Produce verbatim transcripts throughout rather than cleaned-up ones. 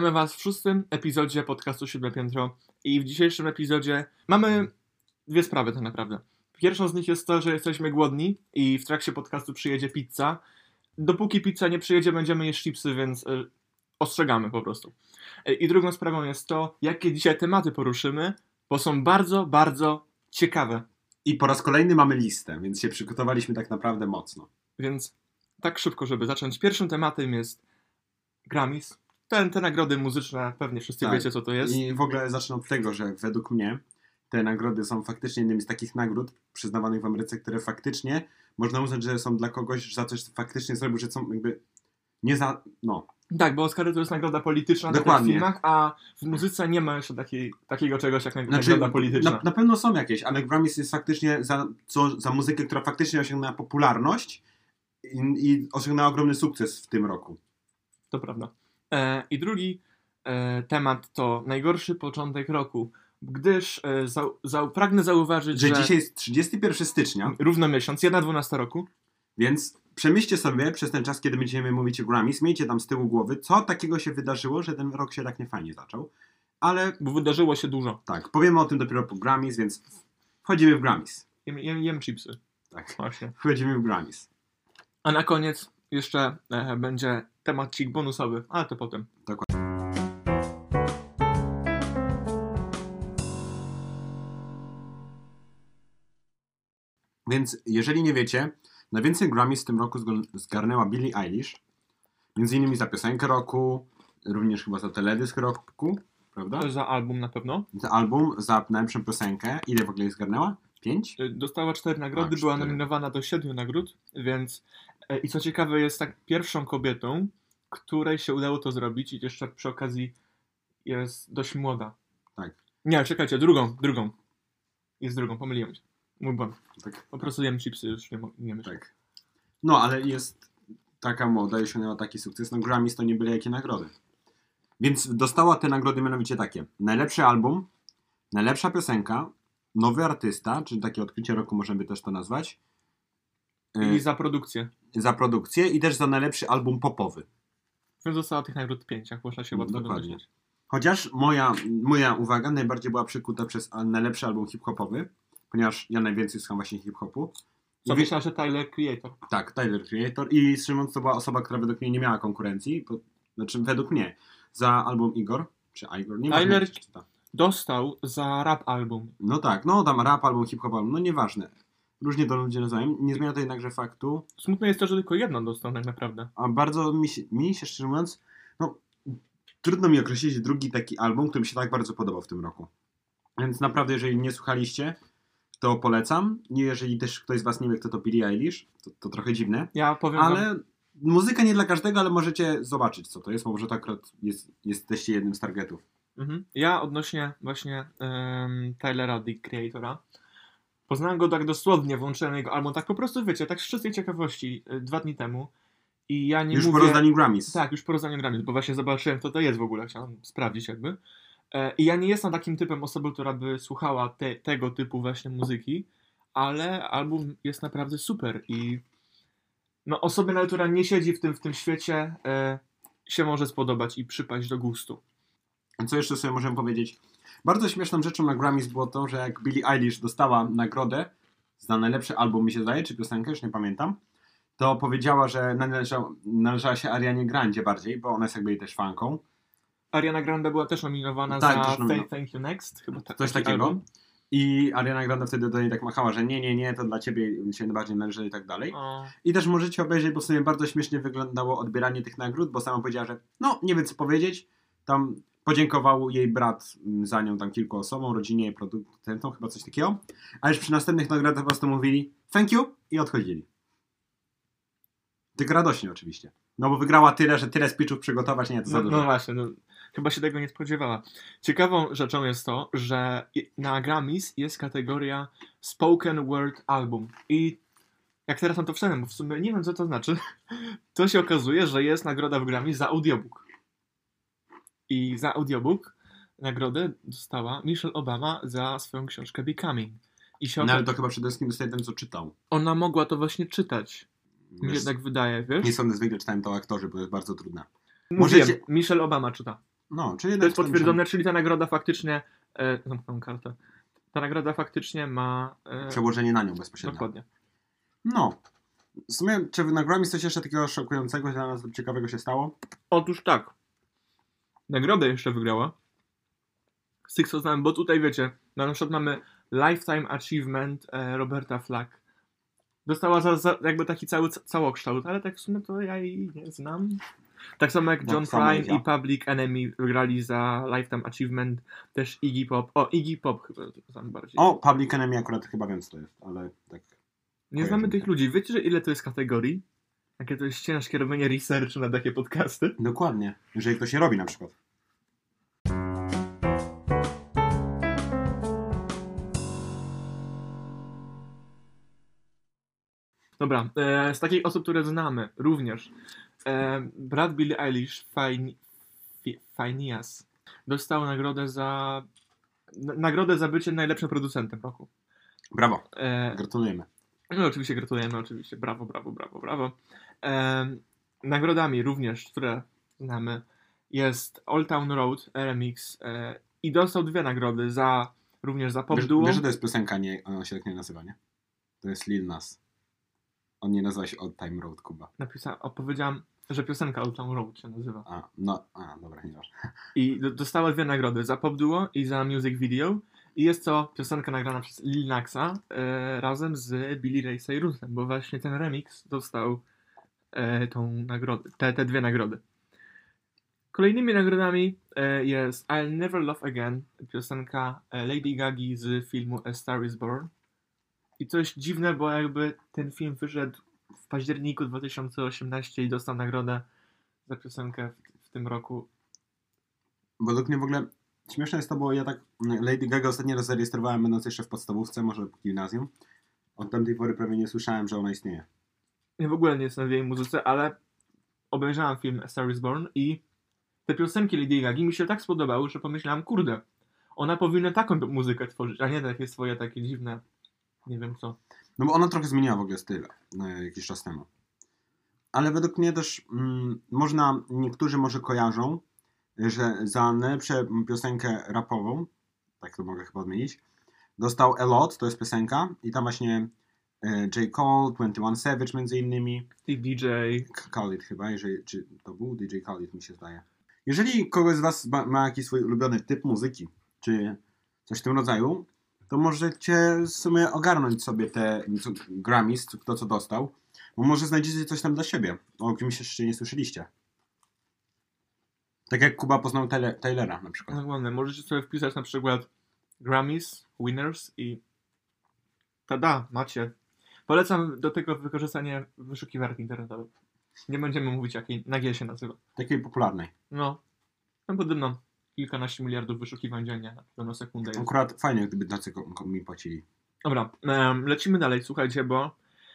Witamy Was w szóstym epizodzie podcastu Siódme Piętro i w dzisiejszym epizodzie mamy dwie sprawy tak naprawdę. Pierwszą z nich jest to, że jesteśmy głodni i w trakcie podcastu przyjedzie pizza. Dopóki pizza nie przyjedzie, będziemy jeść chipsy, więc y, ostrzegamy po prostu. Y, I drugą sprawą jest to, jakie dzisiaj tematy poruszymy, bo są bardzo, bardzo ciekawe. I po raz kolejny mamy listę, więc się przygotowaliśmy tak naprawdę mocno. Więc tak szybko, żeby zacząć. Pierwszym tematem jest Grammys. Te, te nagrody muzyczne, pewnie wszyscy Tak. wiecie, co to jest. I w ogóle zacznę od tego, że według mnie te nagrody są faktycznie jednymi z takich nagród przyznawanych w Ameryce, które faktycznie można uznać, że są dla kogoś za coś, co faktycznie zrobił, że są jakby nie za... no. Tak, bo Oscary to jest nagroda polityczna Dokładnie. w filmach, a w muzyce nie ma jeszcze takiej, takiego czegoś jak Znaczy, nagroda polityczna. Na, na pewno są jakieś, ale Grammys jest faktycznie za, co, za muzykę, która faktycznie osiągnęła popularność i, i osiągnęła ogromny sukces w tym roku. To prawda. E, I drugi e, temat to najgorszy początek roku, gdyż e, za, za, pragnę zauważyć, Że że, dzisiaj jest trzydziestego pierwszego stycznia, równo miesiąc, jedna dwunasta roku. więc przemyślcie sobie przez ten czas, kiedy będziemy mówić o Grammys, miejcie tam z tyłu głowy, co takiego się wydarzyło, że ten rok się tak niefajnie zaczął. Ale Bo wydarzyło się dużo. tak, powiemy o tym dopiero po Grammys, więc wchodzimy w Grammys. Jem, jem, jem chipsy. Tak, Właśnie. wchodzimy w Grammys. A na koniec jeszcze e, będzie temacik bonusowy, ale to potem. Dokładnie. Więc jeżeli nie wiecie, najwięcej Grammys w tym roku zgarnęła Billie Eilish. Między innymi za piosenkę roku, również chyba za teledysk roku, prawda? Za album na pewno. Za album, za najlepszą piosenkę. Ile w ogóle jej zgarnęła? Pięć? E, Dostała cztery nagrody, A, była cztery. nominowana do siedmiu nagród, więc e, i co ciekawe jest tak pierwszą kobietą, której się udało to zrobić i jeszcze przy okazji jest dość młoda. Tak. Nie, czekajcie, drugą, drugą. Jest drugą, pomyliłem się. Mój błąd. Tak. Po prostu jem chipsy, już nie, mo- nie myślę. Tak. No, ale jest taka młoda i osiągnęła taki sukces. No Grammys to nie byle jakie nagrody. Więc dostała te nagrody mianowicie takie. Najlepszy album, najlepsza piosenka, nowy artysta, czyli takie odkrycie roku możemy też to nazwać. I Y, za produkcję. za produkcję i też za najlepszy album popowy. Więc dostała tych nagród pięć, jak można się łatwo Dokładnie. domyśleć. Chociaż moja, moja uwaga najbardziej była przykuta przez al- najlepszy album hip-hopowy, ponieważ ja najwięcej słucham właśnie hip-hopu. I Co wie- myślałem, że Tyler Creator. Tak, Tyler Creator i Szymon to była osoba, która według mnie nie miała konkurencji, bo, znaczy według mnie, za album Igor, czy Igor, nie Tyler- ważne, jak się czyta. Dostał za rap album. No tak, no tam rap album, hip-hop album, no nieważne. Różnie to ludzie nazywają, nie zmienia to jednakże faktu, Smutne jest to, że tylko jedną dostał tak naprawdę. a bardzo mi się, mi się szczerze mówiąc, no trudno mi określić drugi taki album, który mi się tak bardzo podobał w tym roku. Więc naprawdę, jeżeli nie słuchaliście, to polecam. I jeżeli też ktoś z was nie wie, kto to Billie Eilish, to, to trochę dziwne. Ja powiem wam, Ale muzyka nie dla każdego, ale możecie zobaczyć, co to jest, bo może to akurat jest, jesteście jednym z targetów. mhm. ja odnośnie właśnie um, Tylera, The Creatora, poznałem go tak dosłownie, włączyłem jego album, tak po prostu wiecie, tak z czystej ciekawości, y, dwa dni temu. I ja nie Już mówię... po rozdaniu Grammys. Tak, już po rozdaniu Grammys, bo właśnie zobaczyłem, co to jest w ogóle, chciałem sprawdzić jakby. E, I ja nie jestem takim typem osoby, która by słuchała te, tego typu właśnie muzyki, ale album jest naprawdę super i no osobie, nawet, która nie siedzi w tym, w tym świecie, e, się może spodobać i przypaść do gustu. Co jeszcze sobie możemy powiedzieć? Bardzo śmieszną rzeczą na Grammys było to, że jak Billie Eilish dostała nagrodę za najlepszy album, mi się zdaje, czy piosenkę, już nie pamiętam, to powiedziała, że należała, należała się Arianie Grandzie bardziej, bo ona jest jakby jej też fanką. Ariana Grande była też nominowana Tak, za też nominowana. Thank, Thank You Next, chyba tak, Coś taki takiego. album. I Ariana Grande wtedy do niej tak machała, że nie, nie, nie, to dla ciebie się najbardziej należy i tak dalej. O, I też możecie obejrzeć, bo w sumie bardzo śmiesznie wyglądało odbieranie tych nagród, bo sama powiedziała, że no, nie wie co powiedzieć. Tam podziękował jej brat mm, za nią tam kilku osobom, rodzinie, producentom, chyba coś takiego. A już przy następnych nagrodach po prostu mówili thank you i odchodzili. Tylko radośnie oczywiście. No bo wygrała tyle, że tyle speechów przygotować, nie, to za no, dużo. no właśnie, no, chyba się tego nie spodziewała. Ciekawą rzeczą jest to, że i- na Grammys jest kategoria Spoken Word Album. I jak teraz mam to wszedłem, bo w sumie nie wiem, co to znaczy, to się okazuje, że jest nagroda w Grammys za audiobook. I za audiobook nagrodę dostała Michelle Obama za swoją książkę Becoming. I się No ale oka- to chyba przede wszystkim dostaje ten, co czytał. ona mogła to właśnie czytać. Mi się Wiesz, tak wydaje, wiesz? nie sądzę, zwykle czytałem to o aktorze, bo jest bardzo trudne. Mówiłem, możecie- Michelle Obama czyta. No, czyli To jest potwierdzone, czyli ta nagroda faktycznie... E, zamknąłem kartę. Ta nagroda faktycznie ma... E, przełożenie na nią bezpośrednio. dokładnie. No. W sumie, czy na Grammys coś jeszcze takiego szokującego dla nas ciekawego się stało? Otóż tak. Nagrodę jeszcze wygrała. Z tych co znam, bo tutaj wiecie, na przykład mamy Lifetime Achievement e, Roberta Flack. Dostała za, za jakby taki cały całokształt, ale tak w sumie to ja jej nie znam. Tak samo jak Tak John samo Prine ja. i Public Enemy wygrali za Lifetime Achievement. Też Iggy Pop. O, Iggy Pop chyba to znam bardziej. O, Public Enemy akurat chyba wiem co to jest, ale tak. Nie kojarzy znamy mi tych się. ludzi. Wiecie, że ile to jest kategorii? Jakie to jest ciężkie robienie researchu na takie podcasty? Dokładnie. Jeżeli ktoś je robi na przykład. Dobra, e, z takich osób, które znamy również. E, brat Billie Eilish, Fine, Fi- Phineas, dostał nagrodę za n- nagrodę za bycie najlepszym producentem roku. Brawo. E, Gratulujemy. no oczywiście gratulujemy, oczywiście. Brawo, brawo, brawo, brawo. E, nagrodami również, które znamy, jest Old Town Road, Remix e, i dostał dwie nagrody za również za pop Wiesz, duo. wiesz, że to jest piosenka, nie, ona się tak nie nazywa, nie? To jest Lil Nas. On nie nazywa się Old Time Road, Kuba. Napisa- opowiedziałam, że piosenka Old Town Road się nazywa. A, no, a, dobra, nie masz. I do, dostała dwie nagrody, za pop duo i za music video. I jest to piosenka nagrana przez Lil Naxa e, razem z Billy Ray Cyrusem, bo właśnie ten remix dostał e, tą nagrodę, te, te dwie nagrody. Kolejnymi nagrodami e, jest I'll Never Love Again, piosenka e, Lady Gagi z filmu A Star Is Born. I coś dziwne, bo jakby ten film wyszedł w październiku dwa tysiące osiemnastego i dostał nagrodę za piosenkę w, w tym roku. Według mnie w ogóle śmieszne jest to, bo ja tak Lady Gaga ostatni raz zarejestrowałem będąc jeszcze w podstawówce, może w gimnazjum. Od tamtej pory prawie nie słyszałem, że ona istnieje. Ja w ogóle nie jestem w jej muzyce, ale obejrzałem film A Star Is Born i te piosenki Lady Gagi mi się tak spodobały, że pomyślałem, kurde, ona powinna taką muzykę tworzyć, a nie takie swoje takie dziwne, nie wiem co. No bo ona trochę zmieniła w ogóle styl no, jakiś czas temu. Ale według mnie też mm, można, niektórzy może kojarzą, że za najlepszą piosenkę rapową, tak to mogę chyba odmienić, dostał A Lot, to jest piosenka i tam właśnie e, J. Cole, twenty one Savage między innymi, I D J. Khalid chyba, jeżeli, czy to był D J Khalid mi się zdaje. Jeżeli kogoś z was ma, ma jakiś swój ulubiony typ muzyki, czy coś w tym rodzaju, to możecie w sumie ogarnąć sobie te co, Grammys, to co dostał, bo może znajdziecie coś tam dla siebie, o kimś jeszcze nie słyszeliście. Tak jak Kuba poznał Tayle- Taylora na przykład. No ładne, możecie sobie wpisać na przykład Grammys, Winners i tada, macie. Polecam do tego wykorzystanie wyszukiwarki internetowej. Nie będziemy mówić jakiej, na G się nazywa. Takiej popularnej. No, no podobno kilkanaście miliardów wyszukiwań dziennie na pełną sekundę jest. Akurat fajnie, gdyby tacy ko- ko- mi płacili. Dobra, em, lecimy dalej, słuchajcie, bo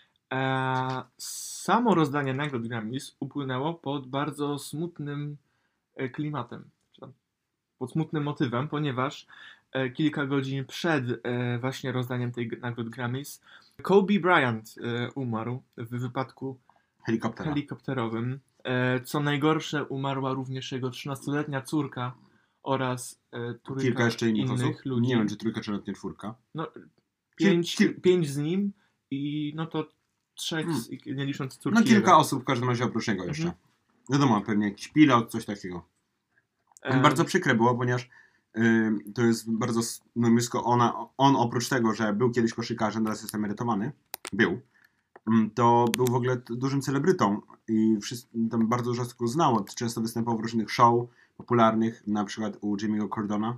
e, samo rozdanie nagród Grammys upłynęło pod bardzo smutnym e, klimatem, czy tam, pod smutnym motywem, ponieważ e, kilka godzin przed e, właśnie rozdaniem tej g- nagród Grammys Kobe Bryant e, umarł w wypadku Helikoptera. helikopterowym. E, co najgorsze, umarła również jego trzynastoletnia córka oraz e, trójka Kilka jeszcze innych, innych osób. ludzi. Nie wiem, czy trójka, czy nawet nie czwórka. No, Kil- pięć, kil- pięć z nim i no to trzech, Hmm. z, nie licząc córki. No kilka jego. osób w każdym razie oprócz niego jeszcze. Mhm. Wiadomo, pewnie jakiś pilot, coś takiego. E, Bardzo przykre było, ponieważ y, to jest bardzo s- no, blisko ona, on oprócz tego, że był kiedyś koszykarzem, teraz jest emerytowany, był, mm, to był w ogóle t- dużym celebrytą i wszyscy, tam bardzo dużo osób go znało. Często występował w różnych show popularnych, na przykład u Jimmy'ego Cordona,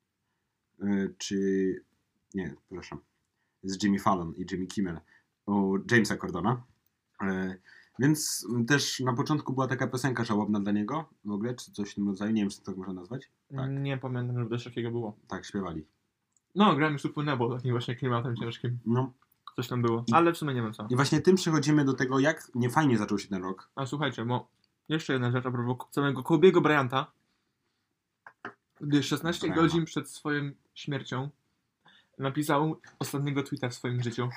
y, czy nie, przepraszam, z Jimmy Fallon i Jimmy Kimmel, u Jamesa Cordona. Y, Więc też na początku była taka piosenka żałobna dla niego, w ogóle, czy coś w tym rodzaju, nie wiem, czy to tak można nazwać. Tak, Nie pamiętam, że coś takiego było. tak, śpiewali. No, Grammys upłynęło takim właśnie klimatem ciężkim. No Coś tam było. I- Ale w sumie nie wiem co. i właśnie tym przechodzimy do tego, jak niefajnie zaczął się ten rok. A słuchajcie, bo jeszcze jedna rzecz a propos całego Kobe'ego Bryanta. Gdy szesnaście Bryana. godzin przed swoją śmiercią napisał ostatniego tweeta w swoim życiu,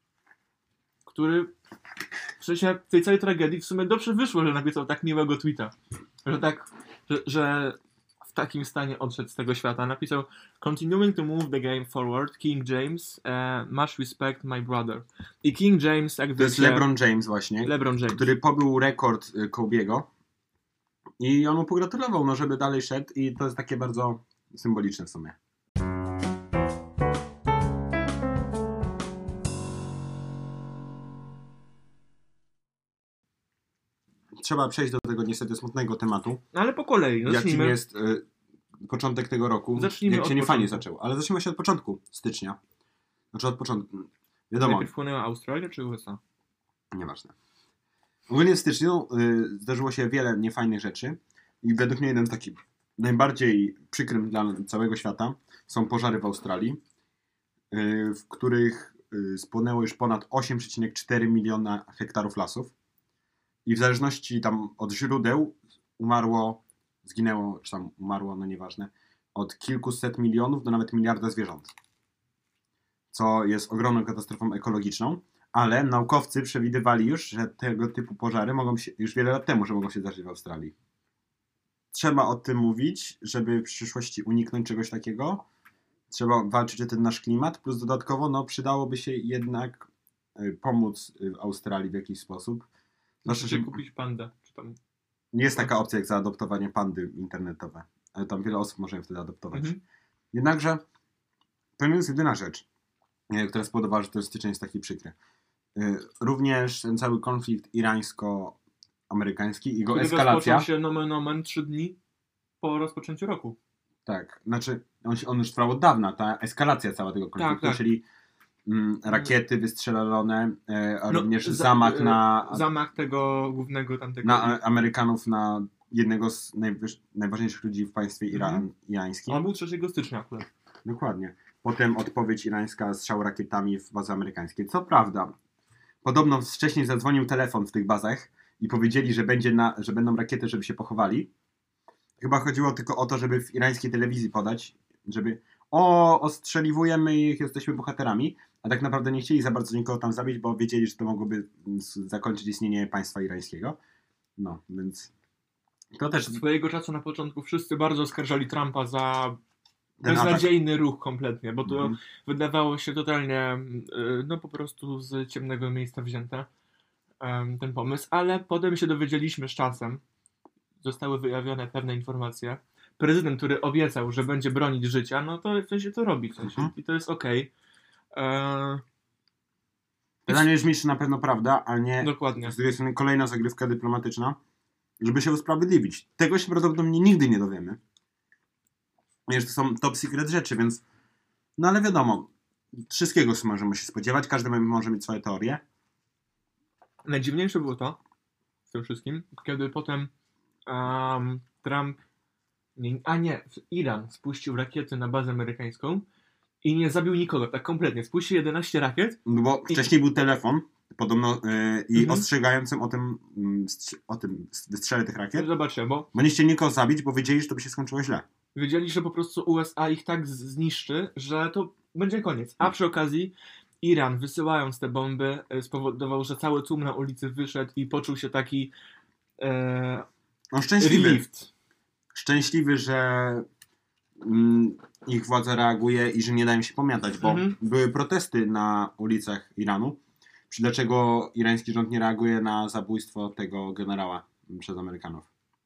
który w sensie tej całej tragedii w sumie dobrze wyszło, że napisał tak miłego tweeta. Że tak, że, że w takim stanie odszedł z tego świata. Napisał: Continuing to move the game forward, King James, uh, much respect my brother. I King James, jak To jest wiecie, LeBron James właśnie, LeBron James. który pobił rekord y, Kobe'ego i on mu pogratulował, no żeby dalej szedł i to jest takie bardzo symboliczne w sumie. Trzeba przejść do tego niestety smutnego tematu, No ale po kolei, jakim zacznijmy. jest y, początek tego roku, Zacznijmy jak się od nie fajnie początku. zaczął, ale zacznijmy się od początku stycznia. Znaczy od początku, wiadomo, Najpierw wpłynęła Australia czy U S A? nieważne. Ogólnie w styczniu y, zdarzyło się wiele niefajnych rzeczy i według mnie jeden z takich najbardziej przykrym dla całego świata są pożary w Australii, y, w których y, spłonęło już ponad osiem przecinek cztery miliona hektarów lasów i w zależności tam od źródeł umarło, zginęło, czy tam umarło, no nieważne, od kilkuset milionów do nawet miliarda zwierząt, co jest ogromną katastrofą ekologiczną. Ale naukowcy przewidywali już, że tego typu pożary mogą się, już wiele lat temu, że mogą się zdarzyć w Australii. Trzeba o tym mówić, żeby w przyszłości uniknąć czegoś takiego. Trzeba walczyć o ten nasz klimat, plus dodatkowo no, przydałoby się jednak y, pomóc y, w Australii w jakiś sposób. Zwłaszcza, Znaczy że kupić pandę. Czy tam... nie jest taka opcja jak zaadoptowanie pandy internetowe, ale tam wiele osób może ją wtedy adoptować. Mhm. Jednakże to nie jest jedyna rzecz, y, która spowodowała, że ten styczeń jest taki przykry. Również ten cały konflikt irańsko-amerykański i jego Który eskalacja. rozpoczął się nomen omen trzy dni po rozpoczęciu roku. Tak, znaczy on, się, on już trwał od dawna, ta eskalacja cała tego konfliktu, Tak, tak. czyli mm, rakiety wystrzelone, e, a No, również za- zamach e, na, Zamach tego głównego tamtego. na a- Amerykanów na jednego z najwyż, najważniejszych ludzi w państwie Iran, Mhm. irańskim. On był trzeciego stycznia akurat. Dokładnie. Potem odpowiedź irańska, strzał rakietami w bazy amerykańskie. Co prawda, podobno wcześniej zadzwonił telefon w tych bazach i powiedzieli, że, będzie na, że będą rakiety, żeby się pochowali. Chyba chodziło tylko o to, żeby w irańskiej telewizji podać, żeby o, ostrzeliwujemy ich, jesteśmy bohaterami, a tak naprawdę nie chcieli za bardzo nikogo tam zabić, bo wiedzieli, że to mogłoby z- zakończyć istnienie państwa irańskiego. No, więc to też Swojego czasu na początku wszyscy bardzo oskarżali Trumpa za ten atak. beznadziejny ruch kompletnie, bo to Mhm. wydawało się totalnie y, no po prostu z ciemnego miejsca wzięte em, ten pomysł, ale potem się dowiedzieliśmy z czasem, zostały wyjawione pewne informacje. Prezydent, który obiecał, że będzie bronić życia, no to w sensie to robi, w sensie, Mhm. i to jest okej. E, Pytanie brzmi, czy na pewno prawda, a nie Dokładnie. z drugiej strony kolejna zagrywka dyplomatyczna, żeby się usprawiedliwić. Tego się prawdopodobnie nigdy nie dowiemy. Wiesz, to są top secret rzeczy, więc no ale wiadomo, wszystkiego możemy się spodziewać, każdy może mieć swoje teorie. Najdziwniejsze było to w tym wszystkim, kiedy potem um, Trump, nie, a nie, Iran spuścił rakiety na bazę amerykańską i nie zabił nikogo, tak kompletnie. Spuścił jedenaście rakiet. No bo I- wcześniej był telefon, podobno yy, i Mhm. ostrzegającym o tym, mm, strz- o tym wystrzele tych rakiet. Zobaczcie, bo Bo nie chcieli nikogo zabić, bo wiedzieli, że to by się skończyło źle. wiedzieli, że po prostu U S A ich tak z- zniszczy, że to będzie koniec. A przy okazji Iran, wysyłając te bomby, e, spowodował, że cały tłum na ulicy wyszedł i poczuł się taki e, No szczęśliwy. relieved. Szczęśliwy, że mm, ich władza reaguje i że nie dają się pomiatać, bo Mhm. były protesty na ulicach Iranu. Przy dlaczego irański rząd nie reaguje na zabójstwo tego generała przez Amerykanów.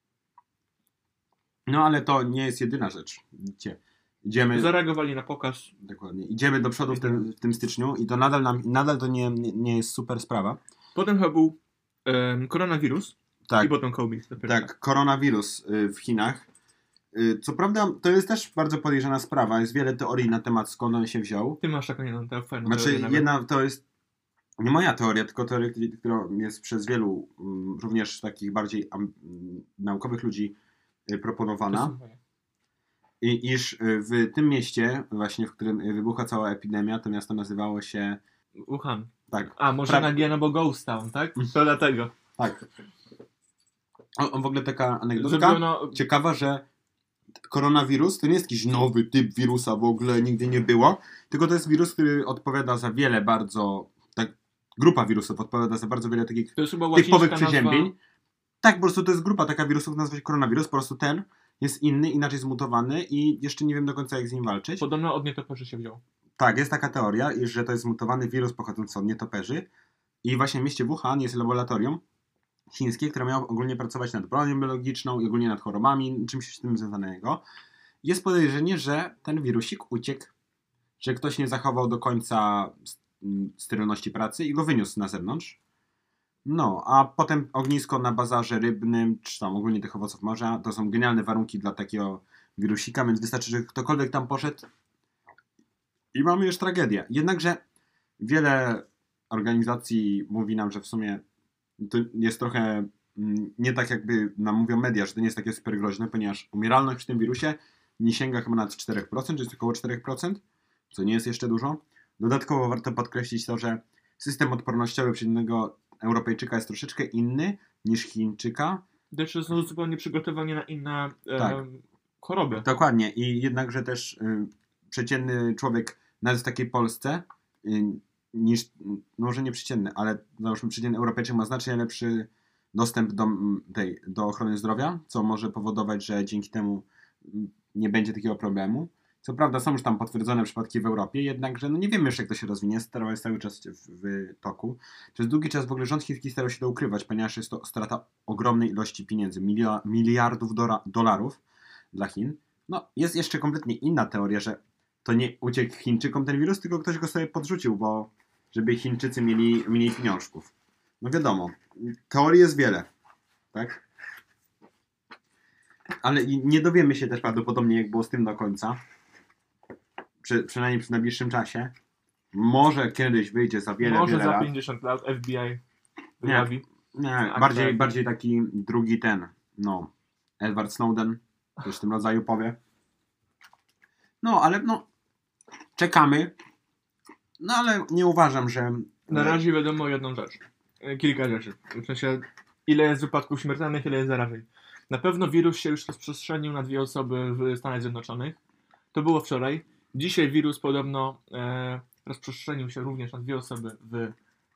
No ale to nie jest jedyna rzecz. Widzicie, idziemy, Zareagowali na pokaz. dokładnie, idziemy do przodu w tym, w tym styczniu i to nadal, nam, nadal to nie, nie, nie jest super sprawa. Potem chyba był em, koronawirus Tak, i potem COVID. dopiero tak, koronawirus y, w Chinach. Y, Co prawda to jest też bardzo podejrzana sprawa. Jest wiele teorii na temat, skąd on się wziął. Ty masz taką jedną te- fajną Znaczy teorię nawet. jedna to jest nie moja teoria, tylko teoria, która jest przez wielu mm, również takich bardziej am, mm, naukowych ludzi y, To proponowana. są moje. I, iż y, w tym mieście, właśnie w którym y, wybuchła cała epidemia, to miasto nazywało się Wuhan. tak, A, może Pra- na G, no bo Ghost Town, tak? To dlatego. tak. O, o, w ogóle taka anegdotka Zrobiono... ciekawa, że koronawirus to nie jest jakiś nowy typ wirusa, w ogóle nigdy nie było, tylko to jest wirus, który odpowiada za wiele bardzo, tak, grupa wirusów odpowiada za bardzo wiele takich To jest chyba typowych łacińska przeziębień. nazwa... Tak, po prostu to jest grupa taka wirusów, nazywa się koronawirus, po prostu ten jest inny, inaczej zmutowany i jeszcze nie wiem do końca jak z nim walczyć. Podobno od nietoperzy się wziął. Tak, jest taka teoria, iż że to jest zmutowany wirus pochodzący od nietoperzy i właśnie w mieście Wuhan jest laboratorium chińskie, które miało ogólnie pracować nad bronią biologiczną i ogólnie nad chorobami, czymś z tym związanego. Jest podejrzenie, że ten wirusik uciekł, że ktoś nie zachował do końca sterylności pracy i go wyniósł na zewnątrz. No, a potem ognisko na bazarze rybnym, czy tam ogólnie tych owoców morza, to są genialne warunki dla takiego wirusika, więc wystarczy, że ktokolwiek tam poszedł i mamy już tragedię. Jednakże wiele organizacji mówi nam, że w sumie to jest trochę nie tak jakby nam mówią media, że to nie jest takie super groźne, ponieważ umieralność przy tym wirusie nie sięga chyba nawet cztery procent, czy jest około cztery procent, co nie jest jeszcze dużo. Dodatkowo warto podkreślić to, że system odpornościowy przeciętnego Europejczyka jest troszeczkę inny niż Chińczyka. Też są zupełnie przygotowani na inne e, Tak. choroby. Dokładnie i jednakże też y, przeciętny człowiek nawet w takiej Polsce y, niż, no może nie przeciętny, ale załóżmy przeciętny Europejczyk ma znacznie lepszy dostęp do, tej, do ochrony zdrowia, co może powodować, że dzięki temu nie będzie takiego problemu. Co prawda są już tam potwierdzone przypadki w Europie, jednakże no nie wiemy jeszcze jak to się rozwinie, sprawa jest cały czas w, w toku. Przez długi czas w ogóle rząd chiński starał się to ukrywać, ponieważ jest to strata ogromnej ilości pieniędzy, milia, miliardów dora, dolarów dla Chin. No jest jeszcze kompletnie inna teoria, że to nie uciekł Chińczykom ten wirus, tylko ktoś go sobie podrzucił, bo żeby Chińczycy mieli mniej pieniążków. No wiadomo, teorii jest wiele, tak? Ale nie dowiemy się też prawdopodobnie jak było z tym do końca. Przy, przynajmniej przy najbliższym czasie. Może kiedyś wyjdzie za wiele, Może wiele za lat. pięćdziesiąt lat F B I wyjawi. Nie, A bardziej, tak. bardziej taki drugi ten, no, Edward Snowden, coś w tym rodzaju powie. No, ale no, czekamy. No, ale nie uważam, że... Na razie wiadomo jedną rzecz. E, Kilka rzeczy. W sensie, ile jest wypadków śmiertelnych, ile jest zarażeń. Na pewno wirus się już rozprzestrzenił na dwie osoby w Stanach Zjednoczonych. To było wczoraj. Dzisiaj wirus podobno e, rozprzestrzenił się również na dwie osoby w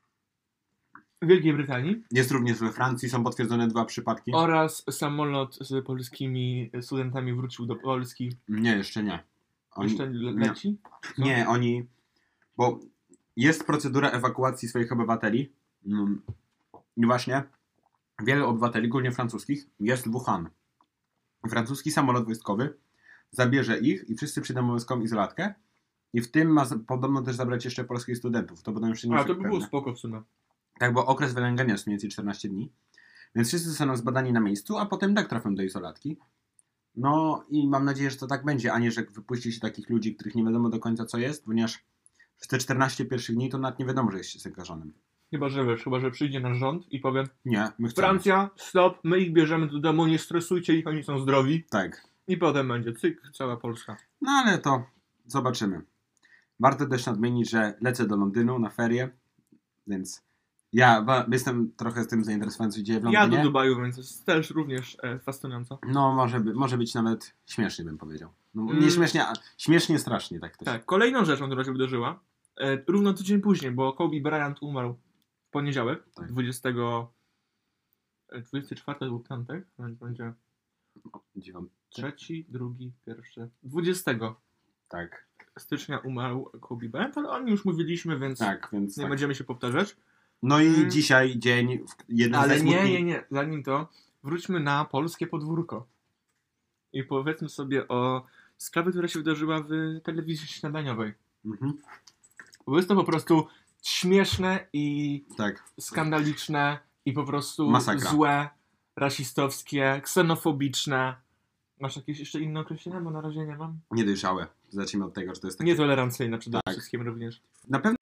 Wielkiej Brytanii. Jest również we Francji, są potwierdzone dwa przypadki. Oraz samolot z polskimi studentami wrócił do Polski. Nie, jeszcze nie. Oni, Jeszcze le- leci? Co? nie, oni... Bo jest procedura ewakuacji swoich obywateli. Mm. I właśnie wiele obywateli, głównie francuskich, jest w Wuhan. Francuski samolot wojskowy zabierze ich i wszyscy przyjdą obowiązkową izolatkę. I w tym ma z- podobno też zabrać jeszcze polskich studentów. To będą jeszcze nie A, jest to by było pewne. spoko w sumie. Tak, bo okres wylęgania jest mniej więcej czternaście dni. Więc wszyscy zostaną zbadani na miejscu, a potem tak trafią do izolatki. No i mam nadzieję, że to tak będzie, a nie, że wypuści się takich ludzi, których nie wiadomo do końca co jest, ponieważ w te czternaście pierwszych dni to nawet nie wiadomo, że jest zakażonym. Chyba, że wiesz, chyba, że przyjdzie nasz rząd i powie: Nie, my chcemy. Francja, stop, my ich bierzemy do domu, nie stresujcie ich, oni są zdrowi. Tak. I potem będzie cyk, cała Polska. No ale to zobaczymy. Warto też nadmienić, że lecę do Londynu na ferie, więc ja wa- jestem trochę z tym zainteresowany, co się dzieje w Ja Londynie. do Dubaju, więc jest też również e, fascynująco. No może, by, może być nawet śmiesznie, bym powiedział. No, nie Mm. śmiesznie, a śmiesznie strasznie tak też. Tak, kolejną rzeczą, która się wydarzyła, e, równo tydzień później, bo Kobe Bryant umarł w poniedziałek, Tak. dwudziestego e, dwudziestego czwartego był piątek, więc będzie Dziewiąty. trzeci, drugi, pierwszy, dwudziestego Tak, stycznia umarł Kobe Bryant, ale o nim już mówiliśmy, więc tak, więc nie tak. będziemy się powtarzać. No i Mm. dzisiaj dzień, w- jeden Ale z nie, najsmutniej- nie, nie, zanim to, wróćmy na polskie podwórko. I powiedzmy sobie o sprawie, która się wydarzyła w telewizji śniadaniowej. Mhm. Bo jest to po prostu śmieszne i Tak, skandaliczne i po prostu Masakra. złe, rasistowskie, ksenofobiczne. Masz jakieś jeszcze inne określenia? Bo na razie nie mam. niedojrzałe. Zacznijmy od tego, że to jest takie... Nietolerancyjne przede Tak. wszystkim również. Na pewno...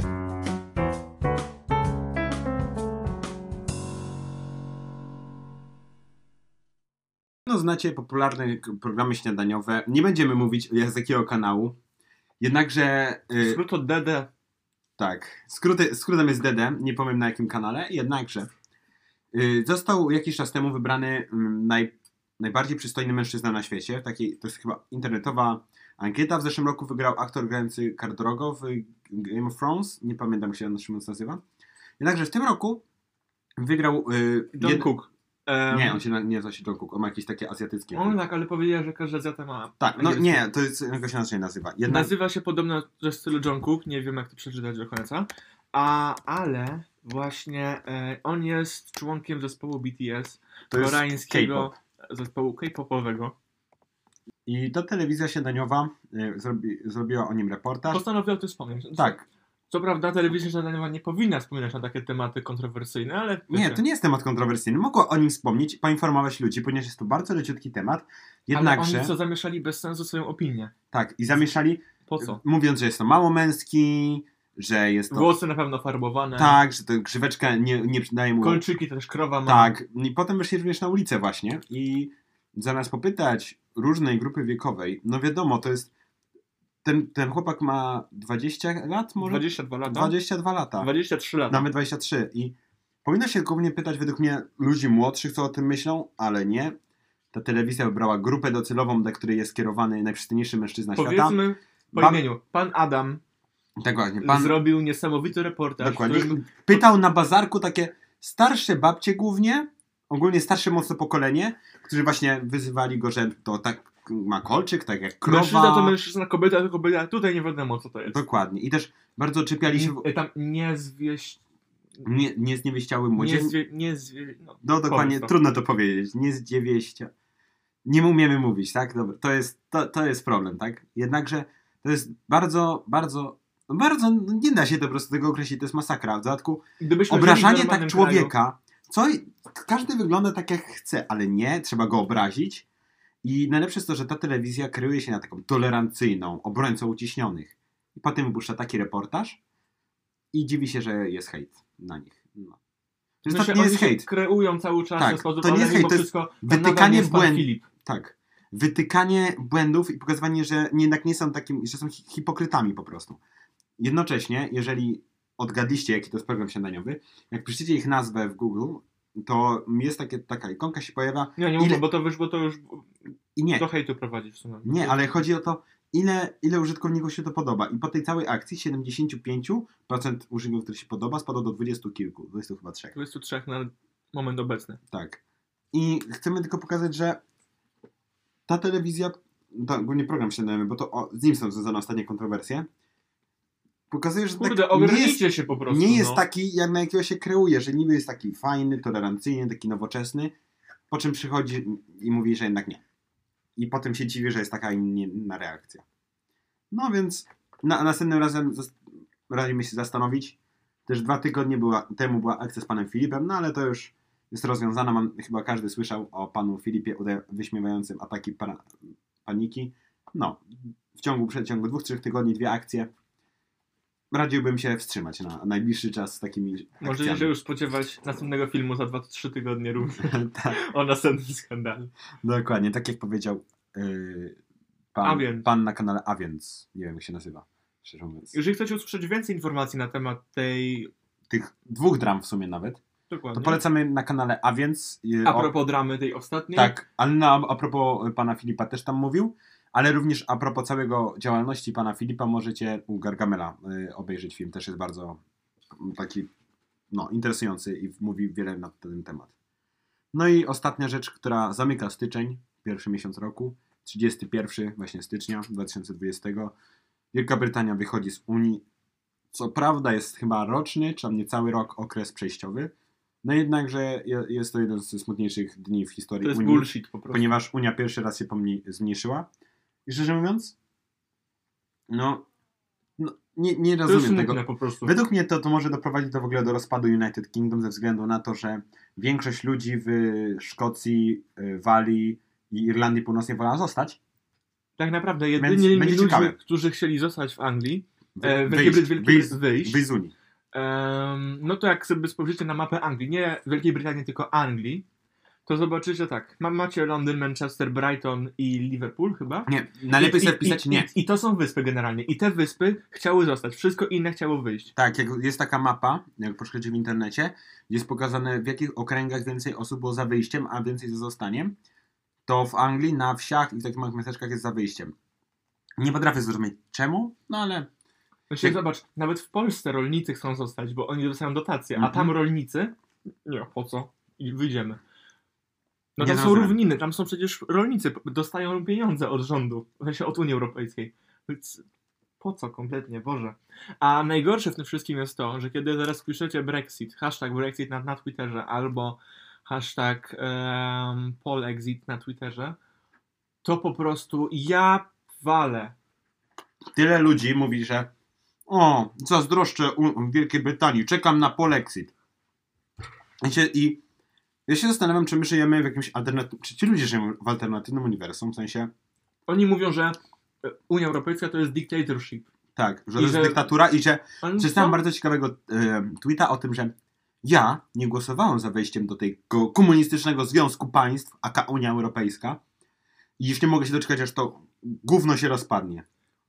No znacie popularne k- programy śniadaniowe. Nie będziemy mówić z jakiego kanału. Jednakże... y, Skrót od D D. Tak, skróty, skrótem jest D D, nie powiem na jakim kanale, jednakże y, został jakiś czas temu wybrany mm, naj, najbardziej przystojny mężczyzna na świecie. Taki, to jest chyba internetowa ankieta. W zeszłym roku wygrał aktor grający Khal Drogo w Game of Thrones. Nie pamiętam jak się on nazywa. Jednakże w tym roku wygrał y, John jed- Cook. Um, Nie, on się na- nie nazywa się John Cook, on ma jakieś takie azjatyckie. On tak, ale powiedziała, że każda Azjata ma... Tak, no angielskie. nie, to jest, jakoś się inaczej nazywa. Jednak... Nazywa się podobno ze stylu John Cook, nie wiem jak to przeczytać do końca, a, ale właśnie e, on jest członkiem zespołu B T S, To jest koreańskiego K-pop. zespołu K-popowego. I ta telewizja śniadaniowa y, zrobi, zrobiła o nim reportaż. Postanowił o tym wspomnieć. Co, Tak. Co prawda telewizja śniadaniowa nie powinna wspominać na takie tematy kontrowersyjne, ale... Nie, wiecie, to nie jest temat kontrowersyjny. Mogło o nim wspomnieć, poinformować ludzi, ponieważ jest to bardzo leciutki temat. ale Jednakże, oni co zamieszali bez sensu swoją opinię. tak, i zamieszali, Po co? mówiąc, że jest to mało męski, że jest to... Włosy na pewno farbowane. Tak, że to grzyweczka nie, nie daje mu... Kolczyki też krowa ma. Tak, i potem wyszli również na ulicę właśnie i zamiast popytać różnej grupy wiekowej, no wiadomo, to jest... Ten, ten chłopak ma dwadzieścia lat może? dwadzieścia dwa lata. dwadzieścia dwa lata. dwadzieścia trzy lata. Nawet dwadzieścia trzy. I powinno się głównie pytać według mnie ludzi młodszych, co o tym myślą, ale nie. Ta telewizja wybrała grupę docelową, do której jest skierowany najprzystojniejszy mężczyzna świata. Powiedzmy po Mam- imieniu. Pan Adam Tak właśnie. Pan zrobił niesamowity reportaż. dokładnie. w którym- Pytał na bazarku takie starsze babcie głównie, ogólnie starsze mocno pokolenie, którzy właśnie wyzywali go, że to tak ma kolczyk, tak jak krowa. Mężczyzna to mężczyzna, kobieta to kobieta. Tutaj nie wiadomo co to jest. Dokładnie. I też bardzo czepiali się... I Tam nie zwieść... Nie, nie zniewieściały Nie młodzieży. zwie... Nie zwie... No, No dokładnie, powiedz to. trudno to powiedzieć. Nie z dziewieścia. Nie umiemy mówić, tak? Dobra, to jest, to, to jest problem, tak? Jednakże to jest bardzo, bardzo, no bardzo, no nie da się to po prostu tego określić, to jest masakra. W dodatku Gdybyśmy żyli w obrażanie tak normalnym człowieka, co i- każdy wygląda tak jak chce, ale nie, trzeba go obrazić. I najlepsze jest to, że ta telewizja kryje się na taką tolerancyjną, obrońcą uciśnionych. I potem wypuszcza taki reportaż i dziwi się, że jest hejt na nich. No. To jest, Myślę, to nie oni jest się hejt. kreują cały czas Tak, w ten sposób, to nie ale jest mimo hejt, to jest wszystko tam nadal wytykanie jest pan błędów. Filip. Tak. Wytykanie błędów i pokazywanie, że jednak nie są takim, że są hi- hipokrytami po prostu. Jednocześnie, jeżeli odgadliście, jaki to jest program śniadaniowy, jak piszecie ich nazwę w Google, to jest takie, taka ikonka się pojawia Nie, nie Ile- mówię, bo to już, bo to już i nie, do hejtu prowadzi w sumie. nie, ale chodzi o to, ile, ile użytkowników się to podoba. I po tej całej akcji siedemdziesiąt pięć procent użytkowników, których się podoba, spadło do dwudziestu kilku, dwudziestu chyba trzech. dwadzieścia trzy na moment obecny. Tak. I chcemy tylko pokazać, że ta telewizja, to ogólnie program śniadaniowy, bo to o, z nim są związane ostatnie kontrowersje, pokazuje, że Kurde, tak nie jest, ograniczcie się po prostu. nie jest no. taki, jak na jakiego się kreuje, że niby jest taki fajny, tolerancyjny, taki nowoczesny, po czym przychodzi i mówi, że jednak nie. I potem się dziwi, że jest taka inna reakcja. No więc na, następnym razem zas- radzimy się zastanowić. Też dwa tygodnie była, temu była akcja z panem Filipem, no ale to już jest rozwiązana. Mam, chyba każdy słyszał o panu Filipie uda- wyśmiewającym ataki para, paniki. No, w ciągu, przeciągu dwóch, trzech tygodni dwie akcje. Radziłbym się wstrzymać na najbliższy czas z takimi Możecie akcjami. się już spodziewać następnego filmu za dwa trzy tygodnie również Tak, o następnym skandalu. dokładnie, tak jak powiedział yy, A pan, więc. pan na kanale A więc. Nie wiem jak się nazywa, szczerze mówiąc. Jeżeli chcecie usłyszeć więcej informacji na temat tej... Tych dwóch dram w sumie nawet. Dokładnie. To polecamy na kanale A więc. Yy, A o- propos dramy tej ostatniej. Tak, ale na, a propos pana Filipa też tam mówił, ale również a propos całego działalności pana Filipa możecie u Gargamela y, obejrzeć film. Też jest bardzo mm, taki no, interesujący i mówi wiele na ten temat. No i ostatnia rzecz, która zamyka styczeń, pierwszy miesiąc roku, trzydziestego pierwszego właśnie stycznia dwa tysiące dwudziestego. Wielka Brytania wychodzi z Unii. Co prawda jest chyba roczny, czy tam niecały rok okres przejściowy. No jednakże je- jest to jeden ze smutniejszych dni w historii To jest Unii, bullshit po prostu. ponieważ Unia pierwszy raz się pomni- zmniejszyła. I szczerze mówiąc, no, no nie, nie To jest rozumiem smutne tego. po prostu. Według mnie to, to może doprowadzić do w ogóle do rozpadu United Kingdom ze względu na to, że większość ludzi w Szkocji, y, Walii i Irlandii Północnej wolała zostać. Tak naprawdę Więc jedynie będzie ludzie, ciekawe. którzy chcieli zostać w Anglii, Wy- e, w wyjść, Wielkiej Brytanii wyjść, wyjść, wyjść z Unii. em, no to jak sobie spojrzycie na mapę Anglii, nie Wielkiej Brytanii, tylko Anglii, to zobaczycie tak, ma, macie Londyn, Manchester, Brighton i Liverpool chyba. Nie, najlepiej I, sobie i, wpisać i, nie. I, I to są wyspy generalnie. I te wyspy chciały zostać. Wszystko inne chciało wyjść. Tak, jak jest taka mapa, jak poszukacie w internecie, gdzie jest pokazane w jakich okręgach więcej osób było za wyjściem, a więcej za zostaniem, to w Anglii na wsiach i w takich małych miasteczkach jest za wyjściem. Nie potrafię zrozumieć czemu, no ale Właśnie Jak- zobacz, nawet w Polsce rolnicy chcą zostać, bo oni dostają dotacje, a Mhm. tam rolnicy, nie, po co? I wyjdziemy. No Nie tam są zrozumiałem. równiny, tam są przecież rolnicy, dostają pieniądze od rządu, w sensie od Unii Europejskiej. Więc po co kompletnie, Boże. A najgorsze w tym wszystkim jest to, że kiedy zaraz piszecie Brexit, hashtag Brexit na, na Twitterze albo hashtag um, Polexit na Twitterze, to po prostu ja walę. Tyle ludzi mówi, że o, zazdroszczę u Wielkiej Brytanii, czekam na Polexit. I, się, I ja się zastanawiam, czy my żyjemy w jakimś alternatywnym, czy ci ludzie żyją w alternatywnym uniwersum, w sensie Oni mówią, że Unia Europejska to jest dictatorship. tak, że I to jest że- dyktatura i że Ale przeczytałem co? bardzo ciekawego e, tweeta o tym, że ja nie głosowałem za wejściem do tego komunistycznego związku państw, aka Unia Europejska i już nie mogę się doczekać, aż to gówno się rozpadnie.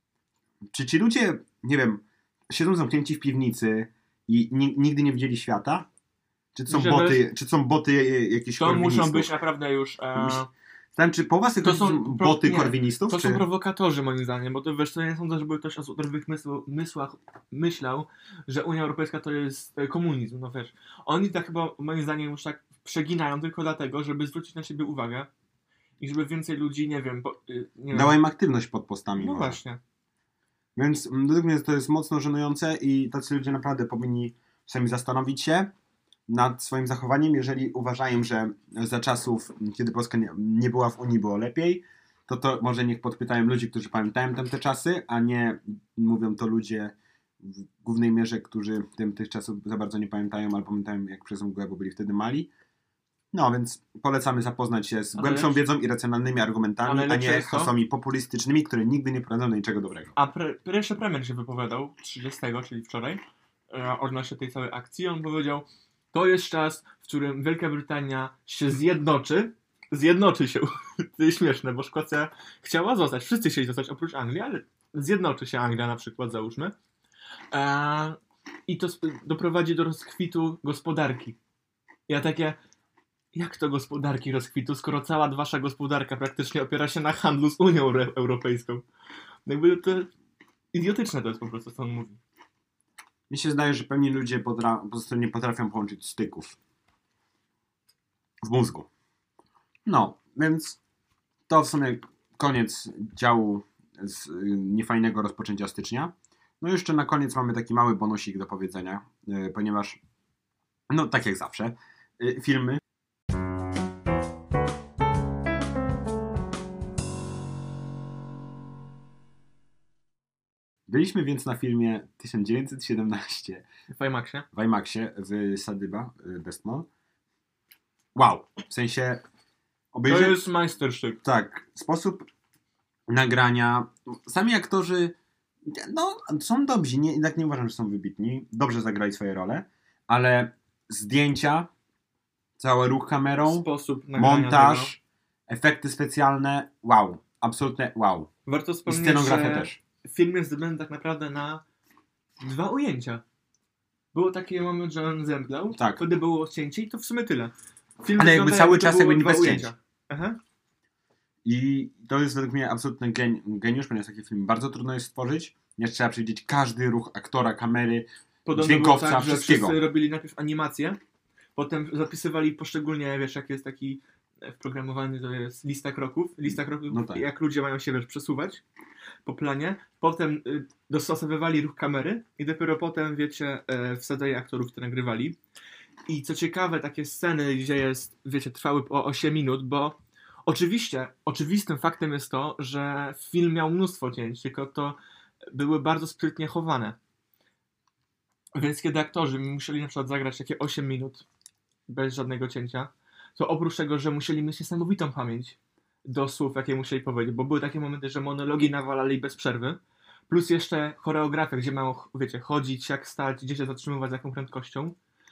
Czy ci ludzie, nie wiem, siedzą zamknięci w piwnicy i ni- nigdy nie widzieli świata? Czy to są Że boty, czy to są boty e, jakichś To korwinistów? muszą być naprawdę już... E, Znaczy, czy po was To to są są pro- boty nie, korwinistów? to czy... są prowokatorzy moim zdaniem, bo to wiesz, to nie sądzę, żeby ktoś o zdrowych mysł, mysłach myślał, że Unia Europejska to jest e, komunizm, no wiesz. Oni tak chyba moim zdaniem już tak przeginają tylko dlatego, żeby zwrócić na siebie uwagę i żeby więcej ludzi, nie wiem, bo, y, nie Dała wiem. im aktywność pod postami. No może. właśnie. Więc mm, według mnie to jest mocno żenujące i tacy ludzie naprawdę powinni sami zastanowić się nad swoim zachowaniem. Jeżeli uważają, że za czasów, kiedy Polska nie, nie była w Unii, było lepiej, to to może niech podpytają ludzi, którzy pamiętają tamte czasy, a nie mówią to ludzie w głównej mierze, którzy tym, tych czasów za bardzo nie pamiętają, albo pamiętają jak przez mgłę, bo byli wtedy mali. No, więc polecamy zapoznać się z Ale głębszą lepsze- wiedzą i racjonalnymi argumentami, Ale a lepsze nie jest to- hasłami populistycznymi, które nigdy nie prowadzą do niczego dobrego. A pre, pierwszy premier się wypowiadał trzydziestego, czyli wczoraj, e, odnośnie tej całej akcji. On powiedział, to jest czas, w którym Wielka Brytania się zjednoczy. Zjednoczy się. To jest śmieszne, bo Szkocja chciała zostać. Wszyscy chcieli zostać oprócz Anglii, ale zjednoczy się Anglia na przykład, załóżmy. E, I to sp- doprowadzi do rozkwitu gospodarki. Ja takie, jak to gospodarki rozkwitu, skoro cała wasza gospodarka praktycznie opiera się na handlu z Unią Euro- Europejską. Jakby to idiotyczne to jest po prostu, co on mówi. Mi się zdaje, że pewni ludzie podra- po prostu nie potrafią połączyć styków w mózgu. No, więc to w sumie koniec działu z y, niefajnego rozpoczęcia stycznia. No jeszcze na koniec mamy taki mały bonusik do powiedzenia, y, ponieważ, no tak jak zawsze, y, filmy. Byliśmy więc na filmie tysiąc dziewięćset siedemnaście W IMAXie. w IMAXie w Sadyba, y, Westmall. Wow, w sensie To obejrzeć... jest majstersztyk. Tak, sposób nagrania, sami aktorzy, no, są dobrzy, nie, jednak nie uważam, że są wybitni, dobrze zagrali swoje role, ale zdjęcia, cały ruch kamerą, Sposób nagrania montaż, efekty specjalne, wow, absolutnie wow. tego. Warto I wspomnieć, scenografia że też. film jest zrobiony tak naprawdę na dwa ujęcia. Było taki moment, że on zemdlał, Tak. wtedy było cięcie i to w sumie tyle. Film Ale jakby wygląda, cały jakby to czas było jakby dwa bez ujęcia. cięć. Aha. I to jest według mnie absolutny gen- geniusz, ponieważ taki film bardzo trudno jest stworzyć, nie trzeba przewidzieć każdy ruch aktora, kamery, Podobno dźwiękowca, było tak, że wszystkiego. wszyscy robili najpierw animację, potem zapisywali poszczególnie, wiesz, jak jest taki w programowaniu, to jest lista kroków, lista kroków, No tak. jak ludzie mają się, wiesz, przesuwać po planie, potem y, dostosowywali ruch kamery i dopiero potem, wiecie, e, wsadzali aktorów, które nagrywali. I co ciekawe, takie sceny, gdzie jest, wiecie, trwały po osiem minut, bo oczywiście, oczywistym faktem jest to, że film miał mnóstwo cięć, tylko to były bardzo sprytnie chowane. Więc kiedy aktorzy musieli na przykład zagrać takie osiem minut bez żadnego cięcia, to oprócz tego, że musieli mieć niesamowitą pamięć do słów, jakie musieli powiedzieć, bo były takie momenty, że monologi nawalali bez przerwy, plus jeszcze choreografia, gdzie mają, wiecie, chodzić, jak stać, gdzie się zatrzymywać, z jaką prędkością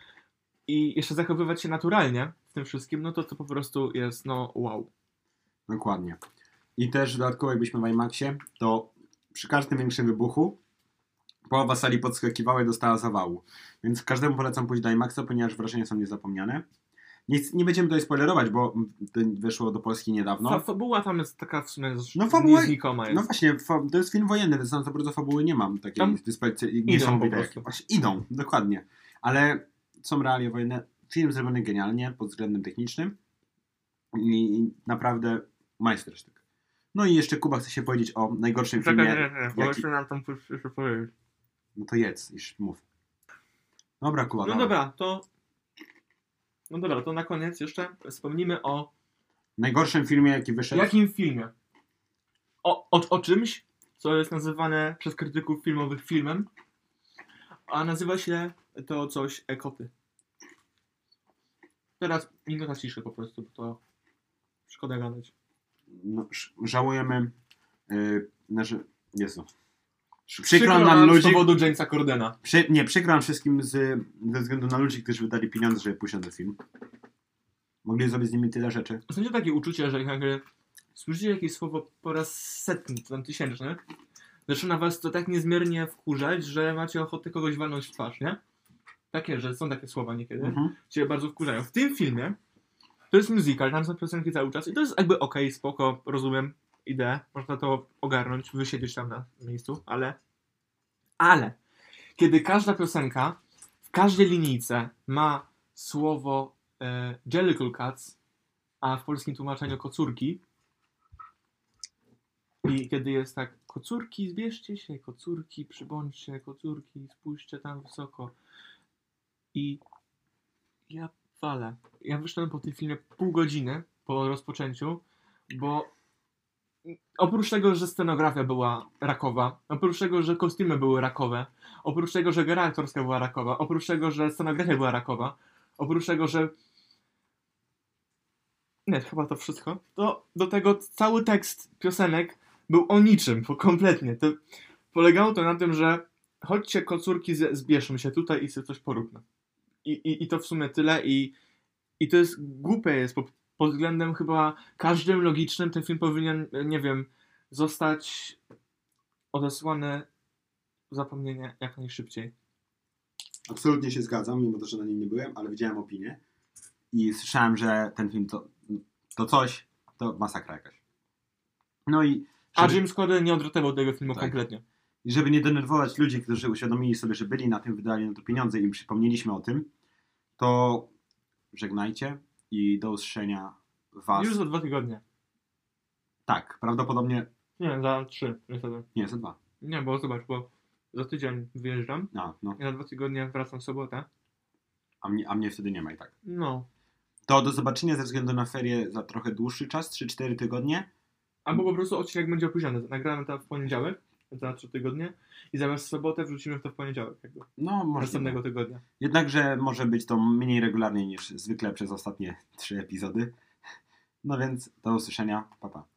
i jeszcze zachowywać się naturalnie w tym wszystkim, no to to po prostu jest, no wow. Dokładnie. I też dodatkowo jakbyśmy w IMAXie, to przy każdym większym wybuchu połowa sali podskakiwała i dostała zawału. Więc każdemu polecam pójść do IMAXa, ponieważ wrażenia są niezapomniane. Nie, nie będziemy tutaj spoilerować, bo to weszło do Polski niedawno. Fa- fabuła tam jest taka w sumie z- No fabuła- znikoma jest. No właśnie, fa- to jest film wojenny, więc tam za bardzo fabuły nie mam takiej Tam dyspozycji idą niesamowitej. po prostu. Właśnie idą, dokładnie. Ale są realia wojenne. Film zrobiony genialnie pod względem technicznym. I naprawdę majstersztyk. No i jeszcze Kuba chce się powiedzieć o najgorszym filmie. Czekaj, nie, nie, bo jaki... jeszcze nam tam coś jeszcze powiedzieć. No to jedz, iż mów. Dobra, Kuba. No dawaj. dobra, to... No dobra, to na koniec jeszcze wspomnimy o... Najgorszym filmie, jaki wyszedł. Jakim filmie? O, o, o czymś, co jest nazywane przez krytyków filmowych filmem, a nazywa się to coś Ekoty. Teraz minuta ciszy po prostu, bo to szkoda gadać. No, ż- żałujemy. Yy, znaczy, Jezu. Przykro, Przykro nam nam z ludzi. powodu Jamesa Cordena. Przy, nie, przykro nam wszystkim z, ze względu na ludzi, którzy wydali pieniądze, żeby pójść na ten film. Mogli zrobić z nimi tyle rzeczy. W sensie takie uczucie, że jakby słyszycie jakieś słowo po raz setny, czy tam tysięczny, zaczyna was to tak niezmiernie wkurzać, że macie ochotę kogoś walnąć w twarz, nie? Takie, że są takie słowa niekiedy. Mhm. Cię bardzo wkurzają. W tym filmie to jest musical, tam są piosenki cały czas i to jest jakby okej, spoko, rozumiem ideę, można to ogarnąć, wysiedzieć tam na miejscu, ale ale kiedy każda piosenka w każdej linijce ma słowo e, Jellicle Cats, a w polskim tłumaczeniu kocurki, i kiedy jest tak, kocurki, zbierzcie się, kocurki, przybądźcie, kocurki, spójrzcie tam wysoko. I ja walę. Ja wyszedłem po tym filmie pół godziny po rozpoczęciu, bo oprócz tego, że scenografia była rakowa, oprócz tego, że kostiumy były rakowe, oprócz tego, że gra aktorska była rakowa, oprócz tego, że scenografia była rakowa, oprócz tego, że nie, chyba to wszystko, to do tego cały tekst piosenek był o niczym, bo kompletnie. To polegało to na tym, że chodźcie kocurki, z- zbierzmy się tutaj i sobie coś poróbmy. I, i, i to w sumie tyle i, i to jest głupie jest, pod, pod względem chyba każdym logicznym ten film powinien, nie wiem, zostać odesłany w zapomnienie jak najszybciej. Absolutnie się zgadzam, mimo to, że na nim nie byłem, ale widziałem opinię i słyszałem, że ten film to, to coś, to masakra jakaś. No i A żeby, James Corden nie odratował tego filmu Tak. kompletnie. i żeby nie denerwować ludzi, którzy uświadomili sobie, że byli na tym, wydali na to pieniądze i im przypomnieliśmy o tym, to żegnajcie i do usłyszenia was. Już za dwa tygodnie. Tak, prawdopodobnie Nie, za trzy niestety. nie, za dwa. Nie, bo zobacz, bo za tydzień wyjeżdżam No, no. i na dwa tygodnie wracam w sobotę. A mnie, a mnie wtedy nie ma i tak. No. To do zobaczenia ze względu na ferie za trochę dłuższy czas, trzy cztery tygodnie. Albo po prostu odcinek będzie opóźniony. Nagramy to w poniedziałek, za trzy tygodnie i zamiast w sobotę wrzucimy to w poniedziałek jakby. No, może. Następnego tygodnia. Jednakże może być to mniej regularnie niż zwykle przez ostatnie trzy epizody. No więc do usłyszenia. Pa, pa.